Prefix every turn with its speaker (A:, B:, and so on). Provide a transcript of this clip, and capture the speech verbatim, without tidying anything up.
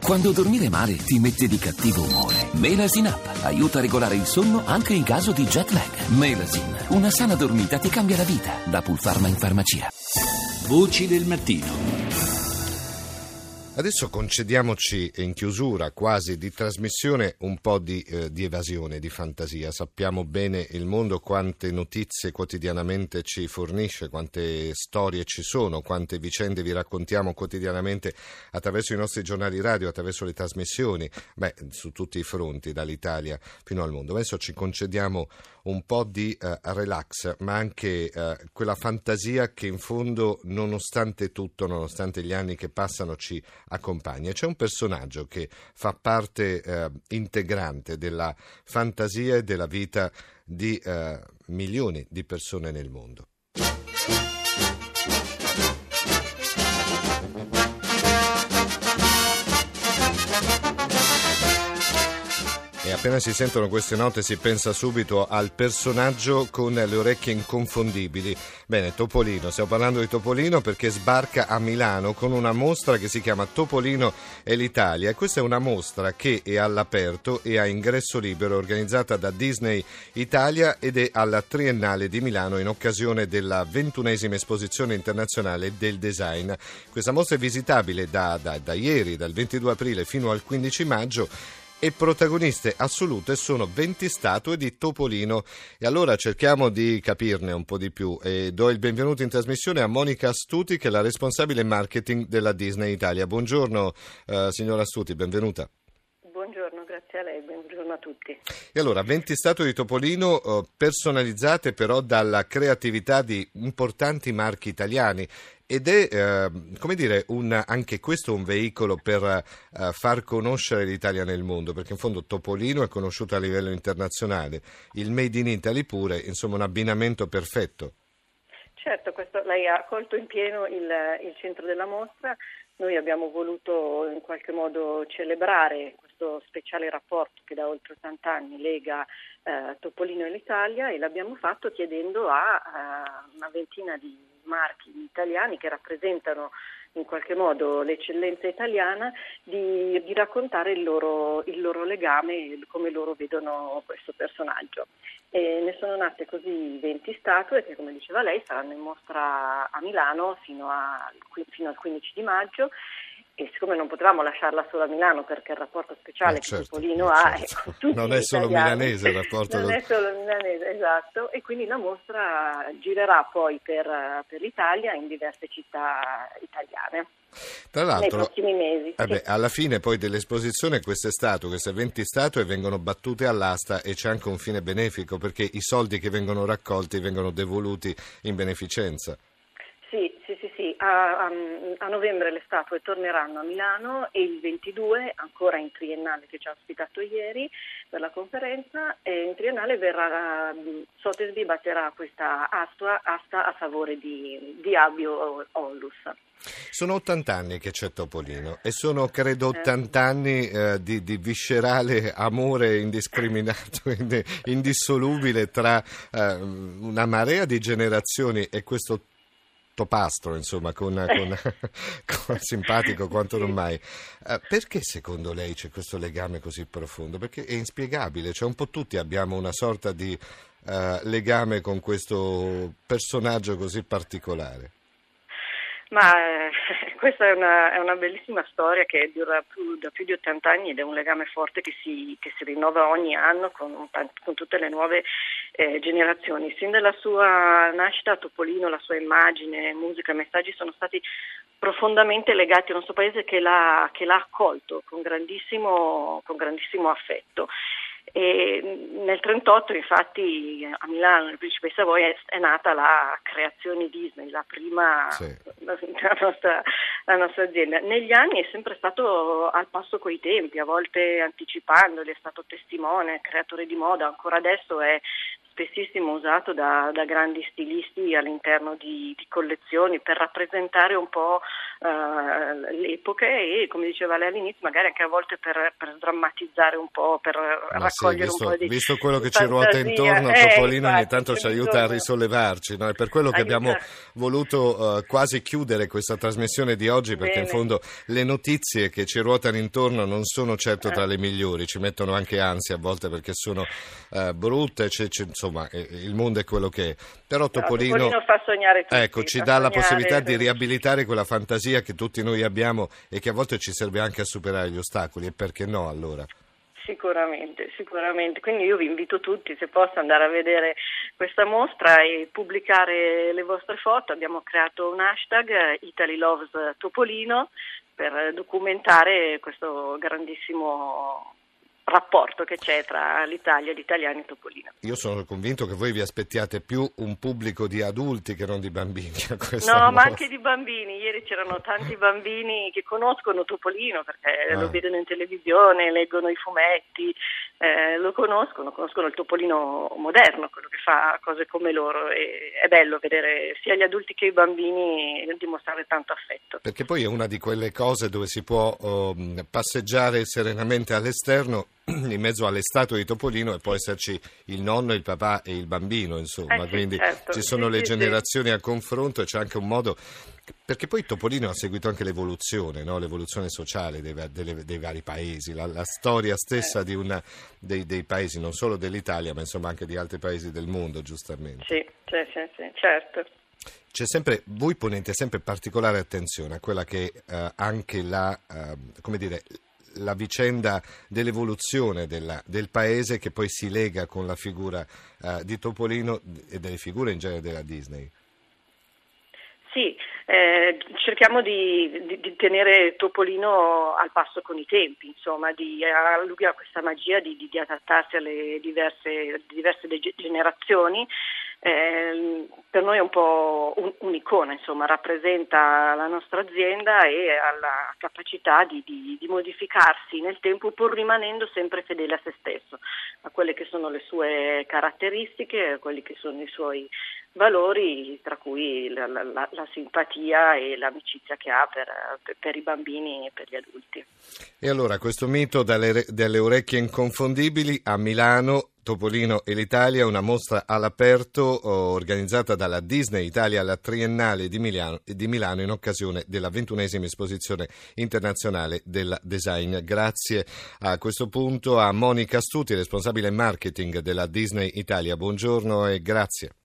A: Quando dormire male ti mette di cattivo umore, Melasin Up aiuta a regolare il sonno anche in caso di jet lag. Melasin, una sana dormita ti cambia la vita. Da Pulpharma in farmacia.
B: Voci del mattino.
C: Adesso concediamoci in chiusura quasi di trasmissione un po' di, eh, di evasione, di fantasia. Sappiamo bene il mondo, quante notizie quotidianamente ci fornisce, quante storie ci sono, quante vicende vi raccontiamo quotidianamente attraverso i nostri giornali radio, attraverso le trasmissioni, beh, su tutti i fronti, dall'Italia fino al mondo. Adesso ci concediamo un po' di eh, relax, ma anche eh, quella fantasia che in fondo, nonostante tutto, nonostante gli anni che passano, ci accompagna. C'è un personaggio che fa parte eh, integrante della fantasia e della vita di eh, milioni di persone nel mondo. E appena si sentono queste note si pensa subito al personaggio con le orecchie inconfondibili. Bene, Topolino, stiamo parlando di Topolino perché sbarca a Milano con una mostra che si chiama Topolino e l'Italia, e questa è una mostra che è all'aperto e a ingresso libero, organizzata da Disney Italia ed è alla Triennale di Milano in occasione della ventunesima esposizione internazionale del design. Questa mostra è visitabile da, da, da ieri, dal ventidue aprile fino al quindici maggio, e protagoniste assolute sono venti statue di Topolino. E allora cerchiamo di capirne un po' di più e do il benvenuto in trasmissione a Monica Astuti, che è la responsabile marketing della Disney Italia. Buongiorno eh, signora Astuti, benvenuta.
D: Buongiorno, grazie a lei, buongiorno a tutti.
C: E allora, venti statue di Topolino eh, personalizzate però dalla creatività di importanti marchi italiani. Ed è, eh, come dire, un, anche questo un veicolo per eh, far conoscere l'Italia nel mondo, perché in fondo Topolino è conosciuto a livello internazionale, il Made in Italy pure, insomma un abbinamento perfetto.
D: Certo, questo, lei ha colto in pieno il, il centro della mostra. Noi abbiamo voluto in qualche modo celebrare questo speciale rapporto che da oltre ottanta anni lega eh, Topolino e l'Italia, e l'abbiamo fatto chiedendo a, a una ventina di marchi italiani che rappresentano in qualche modo l'eccellenza italiana di, di raccontare il loro, il loro legame e come loro vedono questo personaggio. E ne sono nate così venti statue che, come diceva lei, saranno in mostra a Milano fino, a, fino al quindici di maggio. E siccome non potevamo lasciarla solo a Milano perché il rapporto speciale
C: eh certo,
D: che Topolino
C: eh
D: ha
C: certo.
D: è con tutti
C: non è solo
D: italiani.
C: milanese il rapporto.
D: Non
C: del...
D: è solo milanese, esatto, e quindi la mostra girerà poi per, per l'Italia in diverse città italiane.
C: Tra l'altro,
D: nei prossimi mesi.
C: Eh beh,
D: sì.
C: alla fine poi dell'esposizione queste statue, queste venti statue vengono battute all'asta e c'è anche un fine benefico, perché i soldi che vengono raccolti vengono devoluti in beneficenza.
D: Sì, sì, sì, sì. A, a, a novembre le statue torneranno a Milano e il ventidue, ancora in Triennale che ci ha ospitato ieri per la conferenza, e in Triennale verrà, Sotheby batterà questa asta, asta a favore di, di Abio Onlus.
C: Sono ottanta anni che c'è Topolino e sono credo ottanta anni eh, di, di viscerale amore indiscriminato, indissolubile tra eh, una marea di generazioni e questo topastro, insomma, con, con, con simpatico quanto non mai. Uh, perché secondo lei c'è questo legame così profondo? Perché è inspiegabile, cioè un po' tutti abbiamo una sorta di uh, legame con questo personaggio così particolare.
D: Ma eh, questa è una, è una bellissima storia che dura più, da più di ottanta anni ed è un legame forte che si, che si rinnova ogni anno con, con tutte le nuove eh, generazioni. Sin dalla sua nascita Topolino, la sua immagine, musica e messaggi sono stati profondamente legati al nostro paese che l'ha, che l'ha accolto con grandissimo, con grandissimo affetto. E nel trentotto infatti a Milano, nel Principe di Savoia, è, è nata la Creazioni Disney, la prima
C: sì.
D: la, la, nostra, la nostra azienda. Negli anni è sempre stato al passo coi tempi, a volte anticipandoli, è stato testimone, creatore di moda, ancora adesso è spessissimo usato da, da grandi stilisti all'interno di, di collezioni per rappresentare un po' uh, le epoche e, come diceva lei all'inizio, magari anche a volte per, per sdrammatizzare un po', per
C: Ma
D: raccogliere
C: sì, visto,
D: un po' di
C: visto quello che
D: fantasia.
C: ci ruota intorno,
D: eh,
C: Topolino
D: infatti,
C: ogni tanto ci aiuta
D: bisogno...
C: a risollevarci, no? È per quello che
D: Aiuta.
C: abbiamo voluto uh, quasi chiudere questa trasmissione di oggi, perché
D: Bene.
C: in fondo le notizie che ci ruotano intorno non sono certo tra le migliori, ci mettono anche ansia a volte perché sono uh, brutte, c'è, c'è, insomma eh, il mondo è quello che è. Però Topolino,
D: no, Topolino fa sognare tutti,
C: ecco, ci
D: fa
C: dà la
D: sognare...
C: possibilità di riabilitare quella fantasia che tutti noi abbiamo e che a volte ci serve anche a superare gli ostacoli, e perché no allora?
D: Sicuramente, sicuramente. Quindi io vi invito tutti, se posso, andare a vedere questa mostra e pubblicare le vostre foto. Abbiamo creato un hashtag, Italy Loves Topolino, per documentare questo grandissimo rapporto che c'è tra l'Italia, gli italiani e Topolino.
C: Io sono convinto che voi vi aspettiate più un pubblico di adulti che non di bambini a questa
D: No,
C: mostra.
D: ma anche di bambini. Ieri c'erano tanti bambini che conoscono Topolino perché
C: ah.
D: lo vedono in televisione, leggono i fumetti, eh, lo conoscono, conoscono il Topolino moderno, quello che fa cose come loro, e è bello vedere sia gli adulti che i bambini dimostrare tanto affetto.
C: Perché poi è una di quelle cose dove si può oh, passeggiare serenamente all'esterno in mezzo alle statue di Topolino e può esserci il nonno, il papà e il bambino, insomma,
D: eh sì,
C: quindi
D: certo.
C: ci sono
D: sì,
C: le
D: sì,
C: generazioni
D: sì.
C: a confronto, e c'è anche un modo, perché poi Topolino ha seguito anche l'evoluzione, no? L'evoluzione sociale dei, dei, dei vari paesi, la, la storia stessa eh. di una, dei, dei paesi, non solo dell'Italia ma insomma anche di altri paesi del mondo, giustamente.
D: Sì, sì, sì, sì, certo.
C: C'è sempre, voi ponete sempre particolare attenzione a quella che eh, anche la, eh, come dire, la vicenda dell'evoluzione della, del paese, che poi si lega con la figura uh, di Topolino e delle figure in genere della Disney.
D: Sì, eh, cerchiamo di, di, di tenere Topolino al passo con i tempi, insomma, di, eh, lui ha questa magia di, di, di adattarsi alle diverse, diverse de- generazioni. Eh, per noi è un po' un, un'icona, insomma, rappresenta la nostra azienda e ha la capacità di, di, di modificarsi nel tempo, pur rimanendo sempre fedele a se stesso, a quelle che sono le sue caratteristiche, a quelli che sono i suoi valori, tra cui la, la, la simpatia e l'amicizia che ha per, per, per i bambini e per gli adulti.
C: E allora questo mito dalle, dalle orecchie inconfondibili a Milano, Topolino e l'Italia, una mostra all'aperto organizzata dalla Disney Italia alla Triennale di Milano, di Milano in occasione della ventunesima esposizione internazionale del design. Grazie a questo punto a Monica Stuti, responsabile marketing della Disney Italia. Buongiorno e grazie.